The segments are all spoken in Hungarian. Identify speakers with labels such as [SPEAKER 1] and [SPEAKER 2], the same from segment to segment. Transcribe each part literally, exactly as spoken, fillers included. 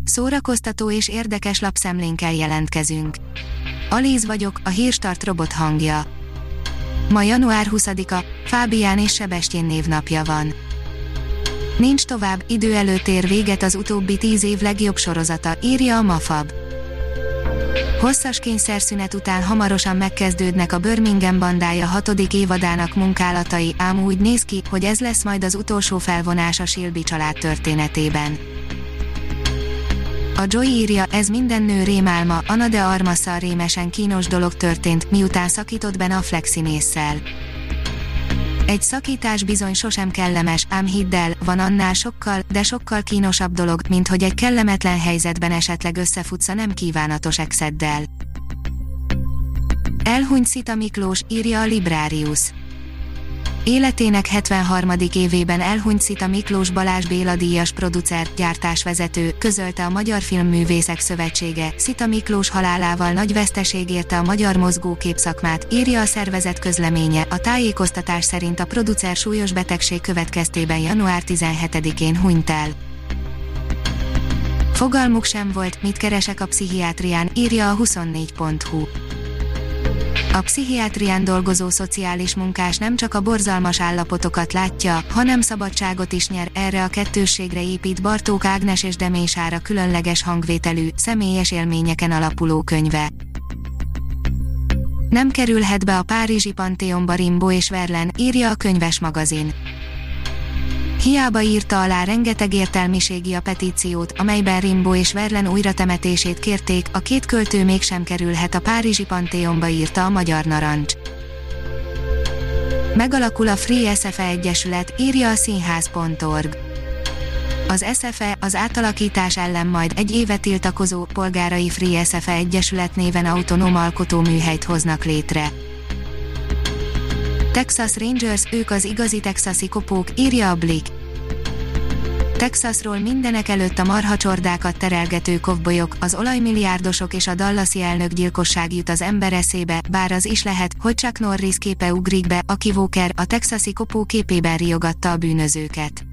[SPEAKER 1] Szórakoztató és érdekes lapszemlénkkel jelentkezünk. Alíz vagyok, a Hírstart robot hangja. Ma január huszadika, Fábián és Sebestyén névnapja van. Nincs tovább, idő előtt ér véget az utóbbi tíz év legjobb sorozata, írja a Mafab. Hosszas kényszerszünet után hamarosan megkezdődnek a Birmingham bandája hatodik évadának munkálatai, ám úgy néz ki, hogy ez lesz majd az utolsó felvonás a Shelby család történetében. A Joy írja, ez minden nő rémálma, Ana de Armasszal rémesen kínos dolog történt, miután szakított Ben Affleck színésszel. Egy szakítás bizony sosem kellemes, ám hidd el, van annál sokkal, de sokkal kínosabb dolog, mint hogy egy kellemetlen helyzetben esetleg összefutsz a nem kívánatos exeddel. Elhunyt Szita Miklós, írja a Librarius. Életének hetvenharmadik évében elhunyt Szita Miklós Balázs Béla díjas producer, gyártásvezető, közölte a Magyar Filmművészek Szövetsége. Szita Miklós halálával nagy veszteség érte a magyar mozgókép szakmát, írja a szervezet közleménye. A tájékoztatás szerint a producer súlyos betegség következtében január tizenhetedikén hunyt el. Fogalmuk sem volt, mit keresek a pszichiátrián, írja a huszonnégy pont hu. A pszichiátrián dolgozó szociális munkás nem csak a borzalmas állapotokat látja, hanem szabadságot is nyer, erre a kettősségre épít Bartók Ágnes és Demés Sára különleges hangvételű, személyes élményeken alapuló könyve. Nem kerülhet be a párizsi Pantheonba Rimbaud és Verlaine, írja a Könyves magazin. Hiába írta alá rengeteg értelmiségi a petíciót, amelyben Rimbaud és Verlaine újratemetését kérték, a két költő mégsem kerülhet a párizsi Pantheonba, írta a Magyar Narancs. Megalakul a Free es ef e Egyesület, írja a színház pont org. Az es ef e, az átalakítás ellen majd egy éve tiltakozó, polgárai Free es ef e Egyesület néven autonóm alkotóműhelyt hoznak létre. Texas Rangers, ők az igazi texasi kopók, írja a Blick. Texasról mindenek előtt a marhacsordákat terelgető kovbolyok, az olajmilliárdosok és a dallasi elnökgyilkosság jut az ember eszébe, bár az is lehet, hogy Chuck Norris képe ugrik be, aki Walker, a texasi kopó képében riogatta a bűnözőket.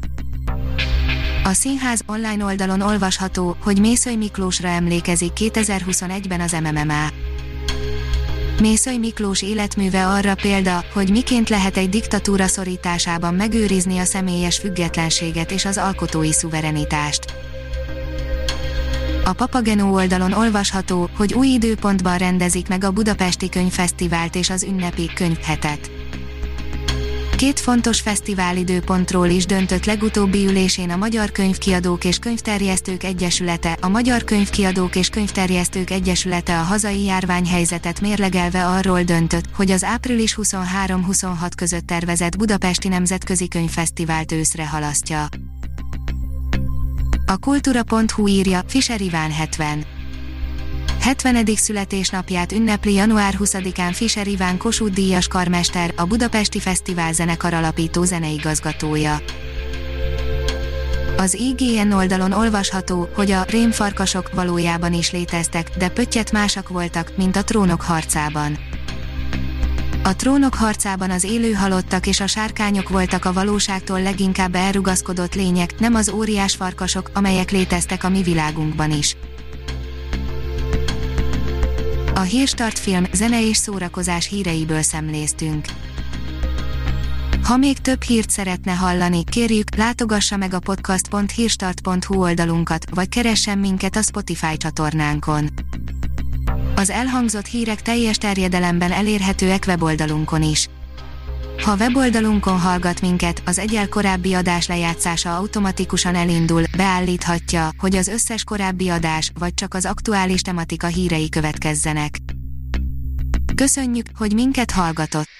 [SPEAKER 1] A színház online oldalon olvasható, hogy Mészöly Miklósra emlékezik kétezer-huszonegyben az em em em á. Mészöly Miklós életműve arra példa, hogy miként lehet egy diktatúra szorításában megőrizni a személyes függetlenséget és az alkotói szuverenitást. A Papageno oldalon olvasható, hogy új időpontban rendezik meg a Budapesti Könyvfesztivált és az ünnepi könyvhetet. Két fontos fesztiválidőpontról is döntött legutóbbi ülésén a Magyar Könyvkiadók és Könyvterjesztők Egyesülete. A Magyar Könyvkiadók és Könyvterjesztők Egyesülete a hazai járványhelyzetet mérlegelve arról döntött, hogy az április huszonhárom-huszonhat között tervezett Budapesti Nemzetközi Könyvfesztivált őszre halasztja. A kultúra pont hu írja, Fischer Iván hetven. hetvenedik születésnapját ünnepli január huszadikán Fischer Iván Kossuth-díjas karmester, a Budapesti Fesztivál zenekar alapító zeneigazgatója. Az i gé en oldalon olvasható, hogy a rémfarkasok valójában is léteztek, de pöttyet másak voltak, mint a Trónok harcában. A Trónok harcában az élő halottak és a sárkányok voltak a valóságtól leginkább elrugaszkodott lények, nem az óriás farkasok, amelyek léteztek a mi világunkban is. A Hírstart film, zene és szórakozás híreiből szemléztünk. Ha még több hírt szeretne hallani, kérjük, látogassa meg a podcast pont hírstart pont hu oldalunkat, vagy keressen minket a Spotify csatornánkon. Az elhangzott hírek teljes terjedelemben elérhetőek weboldalunkon is. Ha weboldalunkon hallgat minket, az egyel korábbi adás lejátszása automatikusan elindul, beállíthatja, hogy az összes korábbi adás, vagy csak az aktuális tematika hírei következzenek. Köszönjük, hogy minket hallgatott!